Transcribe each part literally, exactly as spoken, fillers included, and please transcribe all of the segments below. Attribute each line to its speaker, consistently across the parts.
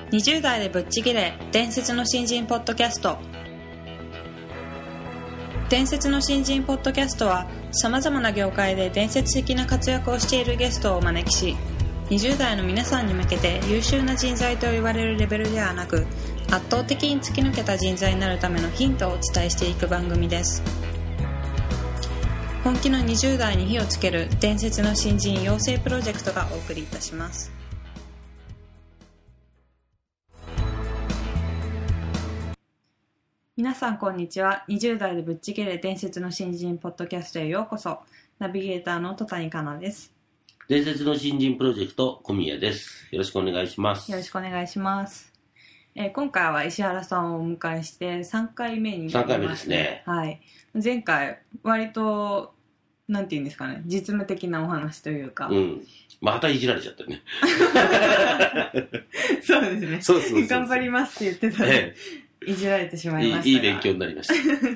Speaker 1: にじゅう代でぶっちぎれ伝説の新人ポッドキャスト。伝説の新人ポッドキャストはさまざまな業界で伝説的な活躍をしているゲストをお招きし、にじゅう代の皆さんに向けて優秀な人材と言われるレベルではなく、圧倒的に突き抜けた人材になるためのヒントをお伝えしていく番組です。本気のにじゅう代に火をつける伝説の新人養成プロジェクトがお送りいたします。皆さんこんにちは。にじゅう代でぶっちぎれ伝説の新人ポッドキャストへようこそ。ナビゲーターの戸谷香奈です。
Speaker 2: 伝説の新人プロジェクト小宮です。よろしくお願いします。
Speaker 1: よろしくお願いします。えー、今回は石原さんをお迎えしてさんかいめになります。
Speaker 2: さんかいめですね。
Speaker 1: はい。前回割となんていうんですかね、実務的なお話というか。
Speaker 2: うん。またいじられちゃったね。
Speaker 1: そうですね。
Speaker 2: そうそうそうそう。
Speaker 1: 頑張りますって言ってたら、ええ、いじられてしまいましたが。
Speaker 2: いい、いい勉強になりました。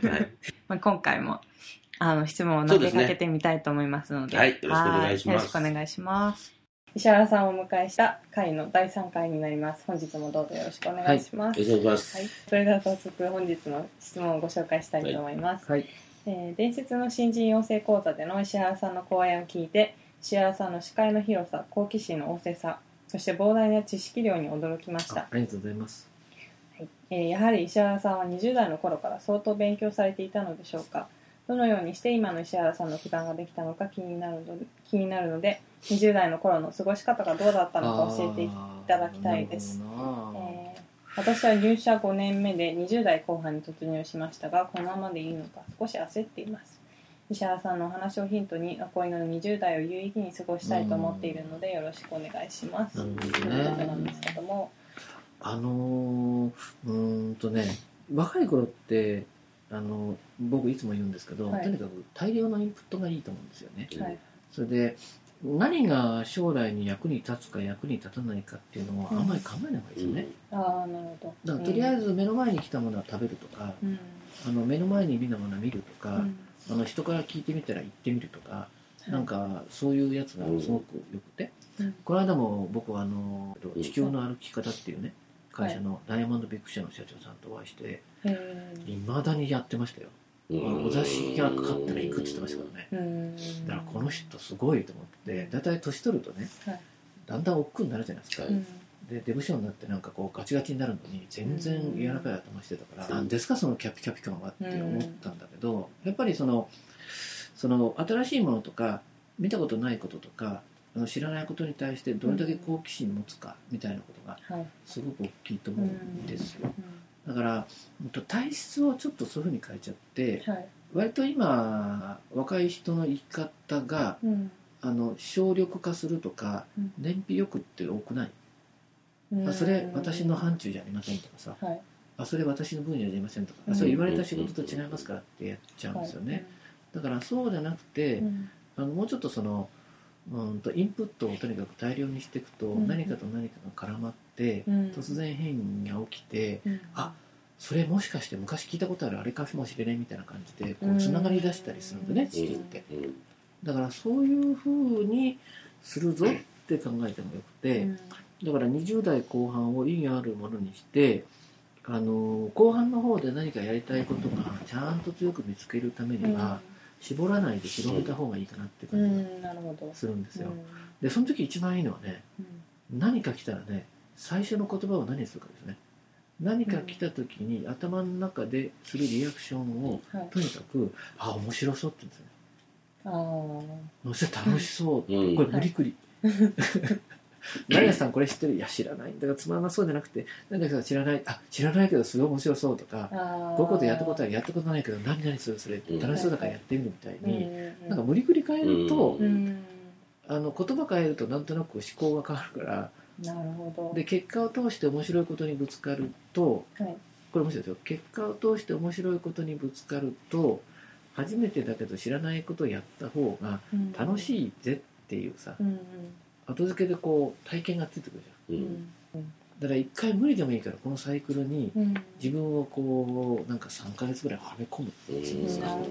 Speaker 2: はい。
Speaker 1: まあ今回もあの質問を投げかけてみたいと思いますので、
Speaker 2: はい、よろしくお願いします。
Speaker 1: よろしくお願いします。石原さんをお迎えした回のだいさんかいになります。本日もどうぞよろしくお願いします。
Speaker 2: はい、よろしくお願いします。
Speaker 1: はい。それでは早速本日の質問をご紹介したいと思います。
Speaker 2: はい。
Speaker 1: えー、伝説の新人養成講座での石原さんの講演を聞いて、石原さんの視界の広さ、好奇心の旺盛さ、そして膨大な知識量に驚きました。
Speaker 3: あ, ありがとうございます。
Speaker 1: はい。えー、やはり石原さんはにじゅう代の頃から相当勉強されていたのでしょうか。どのようにして今の石原さんの普段ができたのか気になるので、気になるのでにじゅう代の頃の過ごし方がどうだったのか教えていただきたいです。えー、私は入社ごねんめでにじゅう代後半に突入しましたが、このままでいいのか少し焦っています。石原さんのお話をヒントに残りのにじゅう代を有意義に過ごしたいと思っているのでよろしくお願いします。
Speaker 3: なるほどね。
Speaker 1: ということなんですけども、
Speaker 3: あのー、うーんとね若い頃ってあの僕いつも言うんですけど、はい、とにかく大量のインプットがいいと思うんですよね。はい、それで何が将来に役に立つか役に立たないかっていうのをあんまり考えない方がいいですよね。
Speaker 1: うん、ああ、なるほど。
Speaker 3: だからとりあえず目の前に来たものは食べるとか、うん、あの目の前に見たものは見るとか、うん、あの人から聞いてみたら行ってみるとか、うん、なんかそういうやつがすごくよくて、うん、この間も僕はあの地球の歩き方っていうね会社のダイヤモンドビッグ社の社長さんとお会いしていまだにやってましたよ。お座敷がかかったら行くって言ってましたからね。だからこの人すごいと思って、だいたい年取るとね、はい、だんだん億劫になるじゃないですか。うん、でデブ症になってなんかこうガチガチになるのに全然柔らかい頭してたから、何ですかそのキャピキャピ感はって思ったんだけど、やっぱりそのその新しいものとか見たことないこととか知らないことに対してどれだけ好奇心持つかみたいなことがすごく大きいと思うんですよ。だから体質をちょっとそういうふうに変えちゃって、はい、割と今若い人の生き方が、うん、あの省力化するとか、うん、燃費欲って多くない、うん、あそれ私の範疇じゃありませんとかさ、はい、あそれ私の分野じゃありませんとか、うん、それ言われた仕事と違いますからってやっちゃうんですよね。はい、だからそうじゃなくて、うん、あのもうちょっとそのうんとインプットをとにかく大量にしていくと、うん、何かと何かが絡まって、うん、突然変異が起きて、うん、あそれもしかして昔聞いたことあるあれかもしれないみたいな感じでこうつながり出したりするんでね、知識って。だからそういう風にするぞって考えてもよくて、だからにじゅう代後半を意義あるものにしてあの後半の方で何かやりたいことがちゃんと強く見つけるためには、うん絞らないで広げた方がいいかなって感じがするんですよ。うん、でその時一番いいのはね、うん、何か来たらね最初の言葉を何にするかですね。何か来た時に頭の中でするリアクションを、うん、とにかくあ面白そうって言うんですよね。ああそれ楽しそう、うん、これ無理くり、はい何々さんこれ知ってるいや知らないだからつまらなそうじゃなくて何々さん知らないあ知らないけどすごい面白そうとかこういうことやったことはやったことないけど何々するそれ楽しそうだからやってみるみたいに、うん、なんか無理くり変えると、うん、あの言葉変えるとなんとなく思考が変わるからなるほどで結果を通して面白いことにぶつかると、はい、これ面白いですよ結果を通して面白いことにぶつかると初めてだけど知らないことをやった方が楽しいぜっていうさ、うんうん後付けでこう体験がついてくるじゃん、うんうん、だから一回無理でもいいからこのサイクルに自分をこうなんかさんかげつぐらいはめ込むっていうさ、うん、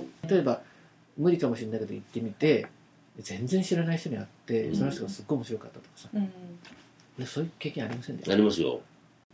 Speaker 3: 例えば無理かもしれないけど行ってみて全然知らない人に会って、うん、その人がすっごい面白かったとかさ、うん、でそういう経験ありませんでした？
Speaker 2: ありますよ。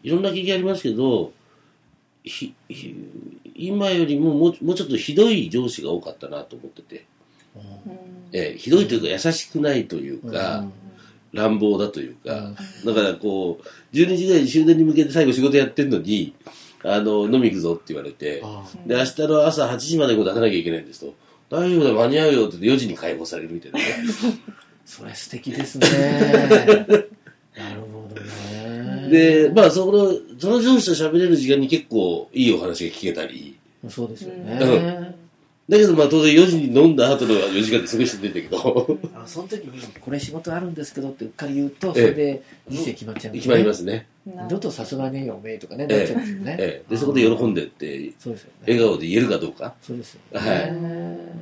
Speaker 2: いろんな経験ありますけど、ひひ今よりももうもうちょっとひどい上司が多かったなと思ってて、
Speaker 3: うん
Speaker 2: ええ、ひどいというか優しくないというか、
Speaker 3: うん
Speaker 2: 乱暴だというか、
Speaker 3: うん
Speaker 2: だからこうじゅうにじ台に終電に向けて最後仕事やってるのに、あの飲み行くぞって言われて、
Speaker 3: あ
Speaker 2: で明日の朝はちじまでこう出さなきゃいけないんですと、大丈夫だよ間に合うよって言ってよじに解放されるみたいなね。
Speaker 3: それ素敵ですね。なるほどね。
Speaker 2: で、まあそのその上司と喋れる時間に結構いいお話が聞けたり、
Speaker 3: そうですよね。
Speaker 2: うんだけどまあ当然よじに飲んだ後のよじかんですごいしんどいんだけど
Speaker 3: あその時にこれ仕事あるんですけどってうっかり言うと、それで人生決まっちゃうんですね。
Speaker 2: 決まりますね。
Speaker 3: 二度と誘わねえよおめえとかね、なっちゃうんですよね。
Speaker 2: ええ、でそこで喜んでって
Speaker 3: そうですよね。
Speaker 2: 笑顔で言えるかどうか。
Speaker 3: そうですよね。
Speaker 2: はい
Speaker 3: なるほ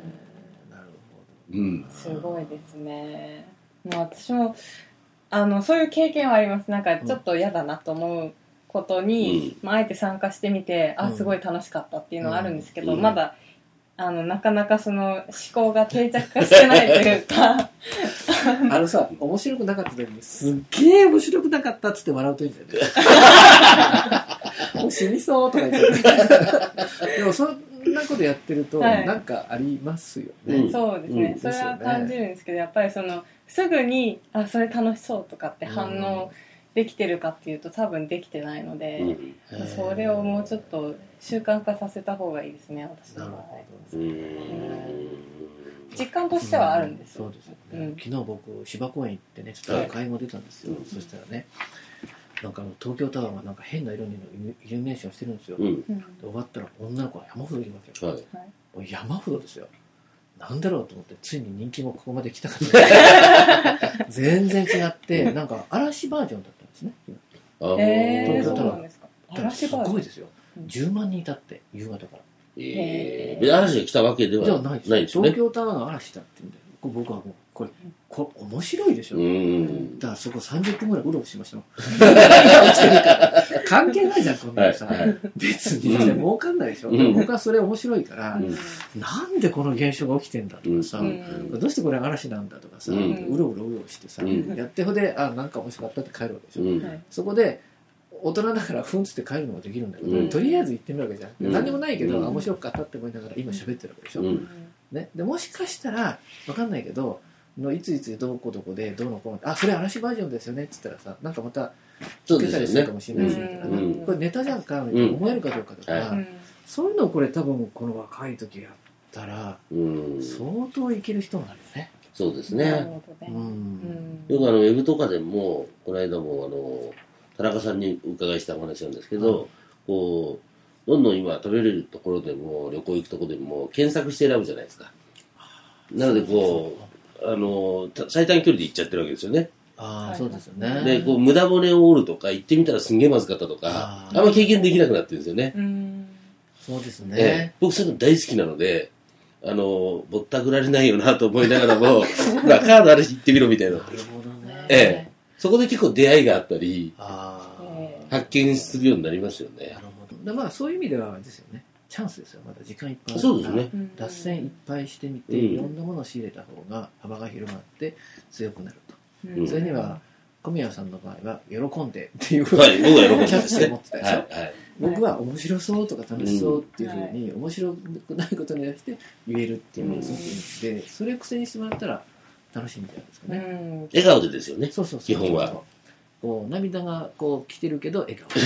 Speaker 2: うん。
Speaker 1: すごいですね。もう私もあのそういう経験はあります。なんかちょっと嫌だなと思うことに、
Speaker 2: うん
Speaker 1: まあ、あえて参加してみて、
Speaker 3: うん
Speaker 1: あすごい楽しかったっていうのはあるんですけど、
Speaker 2: うん
Speaker 1: まだあのなかなかその思考が定着化してないというか
Speaker 3: ど。あのさ、面白くなかった時にすっげえ面白くなかったっつって笑うといいんだよね。もう死にそうとか言ってでもそんなことやってると
Speaker 1: はい
Speaker 3: なんかありますよね。
Speaker 2: うん
Speaker 1: そうですね、
Speaker 2: うん
Speaker 1: それは感じるんですけど、やっぱりそのすぐにあそれ楽しそうとかって反応できてるかっていうと多分できてないので、
Speaker 2: うん
Speaker 3: へー
Speaker 1: それをもうちょっと習慣化させた方がいいですね、私
Speaker 3: なる
Speaker 1: の場合。
Speaker 3: ほ
Speaker 2: う
Speaker 3: ど。
Speaker 2: ん。
Speaker 1: 実感としてはあるんですよ、
Speaker 3: そうですよね、
Speaker 1: うん
Speaker 3: 昨日僕芝公園行ってねちょっと会合も出たんですよ、
Speaker 2: はい
Speaker 3: そしたらねなんかあの東京タワーがなんか変な色にのイルミネーションしてるんですよ、で
Speaker 2: うん。
Speaker 1: うん
Speaker 3: 終わったら女の子が山ほどいるわけよ、
Speaker 2: はい。
Speaker 3: もう山ほどですよ。なんだろうと思ってついに人気もここまで来たから全然違ってなんか嵐バージョンだったんですね。
Speaker 2: あー
Speaker 1: へー、そう
Speaker 3: 東京タワー
Speaker 1: なんですか。
Speaker 3: す
Speaker 1: 嵐バージョン
Speaker 3: ごいですよ、
Speaker 1: うん
Speaker 3: じゅうまん人いたって夕方から
Speaker 2: えー、で嵐が来たわけでは
Speaker 3: じゃあないです
Speaker 2: ないですよね
Speaker 3: 東。京タワーが嵐だって言うんだよ。これ僕はもうこれこれ面白いでしょ、
Speaker 2: うん。
Speaker 3: だからそこさんじゅっぷんぐらいうろうろしましたもん落ちてるから関係ないじゃんこんなのさ、
Speaker 2: はいはい
Speaker 3: 別にそれ儲かんないでしょ、
Speaker 2: うん
Speaker 3: でも僕はそれ面白いから、
Speaker 2: うん
Speaker 3: なんでこの現象が起きてんだとかさ、
Speaker 1: うん
Speaker 3: どうしてこれ嵐なんだとかさ、
Speaker 2: う
Speaker 3: うんろうろうろしてさ、
Speaker 2: うん
Speaker 3: やってほであなんか面白かったって帰るわけでしょ、
Speaker 2: うん。
Speaker 1: はい
Speaker 3: そこで大人だからふんつって帰るのができるんだけど、
Speaker 2: うん
Speaker 3: とりあえず行ってみるわけじゃん、
Speaker 2: うん
Speaker 3: 何でもないけど、
Speaker 2: うん
Speaker 3: あ面白かったって思いながら今喋ってるわけでしょ、
Speaker 2: うん
Speaker 3: ね、でもしかしたらわかんないけどのいついつどこどこでどうのこうのあそれ嵐バージョンですよねっつったらさなんかまた
Speaker 2: そう
Speaker 3: 受けたりするか
Speaker 2: ですよね。
Speaker 3: もしれないし、みたいな
Speaker 2: うん
Speaker 3: これネタじゃんかみたいな思えるかどうかとか、
Speaker 2: うん
Speaker 1: うん
Speaker 3: そういうのをこれ多分この若い時やったら
Speaker 2: うん。
Speaker 3: 相当いける人になるよね。
Speaker 2: そうです
Speaker 1: なる
Speaker 2: ね。
Speaker 1: ほどね。
Speaker 3: うん
Speaker 1: うん
Speaker 2: よくあのウェブとかでもこの間もあの田中さんにお伺いしたお話なんですけど、
Speaker 3: うん
Speaker 2: こうどんどん今食べれるところでも旅行行くところでも検索して選ぶじゃないですか。なのでこうあのた最短距離で行っちゃってるわけですよね。
Speaker 3: ああ、
Speaker 1: はい
Speaker 3: そうですよね。
Speaker 2: でこう無駄骨を折るとか行ってみたらすんげえまずかったとか
Speaker 3: あー
Speaker 2: あんま経験できなくなってるんですよね。
Speaker 1: うん
Speaker 3: そうです
Speaker 2: ええ
Speaker 3: ね。
Speaker 2: 僕そういうの大好きなのであのぼったくられないよなと思いながらもまあカードあるし行ってみろみたいな
Speaker 3: なるほどね。
Speaker 2: ええそこで結構出会いがあったり
Speaker 3: ああ、
Speaker 1: え
Speaker 2: 発見するようになりますよね
Speaker 3: な。るほど。でまあそういう意味ではあれですよね。チャンスですよ。まだ時間いっぱいあるから
Speaker 2: そうですね。
Speaker 1: うん
Speaker 3: 脱線いっぱいしてみて、
Speaker 2: うん
Speaker 3: いろんなものを仕入れた方が幅が広がって強くなると。
Speaker 1: うん
Speaker 3: それには小宮さんの場合は喜んでっていう、
Speaker 2: はい、僕は喜んで
Speaker 3: キャッチで
Speaker 2: ますね。
Speaker 3: 持ってたでしょ。
Speaker 2: はい、はい。
Speaker 3: 僕は面白そうとか楽しそうっていうふうに、面白くないことに対して言えるっていうのがすごくいいので、それを癖にしてもらったら楽しいんじゃないですか
Speaker 1: う
Speaker 3: ね。
Speaker 1: ん
Speaker 2: 笑顔でですよね。
Speaker 3: そうそうそう。
Speaker 2: 基本は。
Speaker 3: こう涙がこう来てるけど笑顔。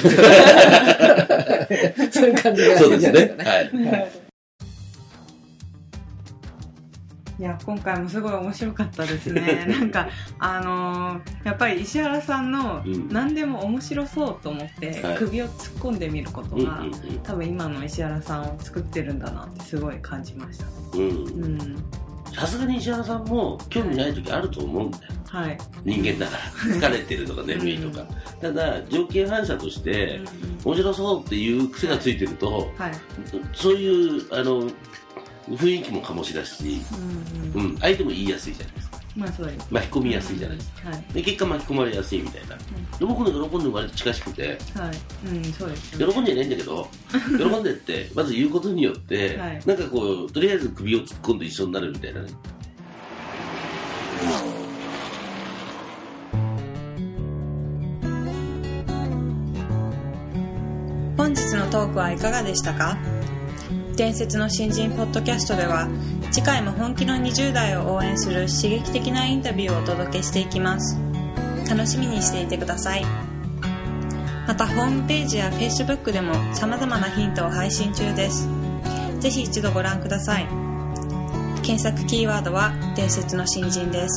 Speaker 3: そういう感じがいいん
Speaker 2: そうですね。
Speaker 3: じゃないですかね。
Speaker 2: はい。
Speaker 1: いや今回もすごい面白かったですねなんかあのー、やっぱり石原さんの
Speaker 2: うん
Speaker 1: 何でも面白そうと思って
Speaker 2: はい
Speaker 1: 首を突っ込んでみることが、
Speaker 2: うんうん
Speaker 1: 多分今の石原さんを作ってるんだなってすごい感じました。
Speaker 2: うん。
Speaker 1: う
Speaker 2: うん。
Speaker 1: ん、
Speaker 2: さすがに石原さんも興味ない時あると思うんだよ。
Speaker 1: はい。
Speaker 2: 人間だから。疲れてるとか眠いとか。ただ、条件反射として、面白そうっていう癖がついてると、
Speaker 1: はい。
Speaker 2: そういう、あの、雰囲気も醸し出すし、
Speaker 1: うんうん。
Speaker 2: うん、相手も言いやすいじゃないですか。
Speaker 1: まあそうです。
Speaker 2: 巻き込みやすいじゃないですか。
Speaker 1: はい。
Speaker 2: で、結果巻き込まれやすいみたいな。で僕の喜んで割と近しくて、
Speaker 1: はい。うん、そうですよね。
Speaker 2: 喜んじゃいないんだけど、喜んでって、まず言うことによって、
Speaker 1: はい
Speaker 2: なんかこう、とりあえず首を突っ込んで一緒になるみたいなね。
Speaker 1: 本日のトークはいかがでしたか？伝説の新人ポッドキャストでは次回も本気のにじゅう代を応援する刺激的なインタビューをお届けしていきます。楽しみにしていてください。またホームページや Facebook でも様々なヒントを配信中です。ぜひ一度ご覧ください。検索キーワードは伝説の新人です。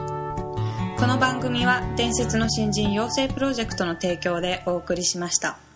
Speaker 1: この番組は伝説の新人養成プロジェクトの提供でお送りしました。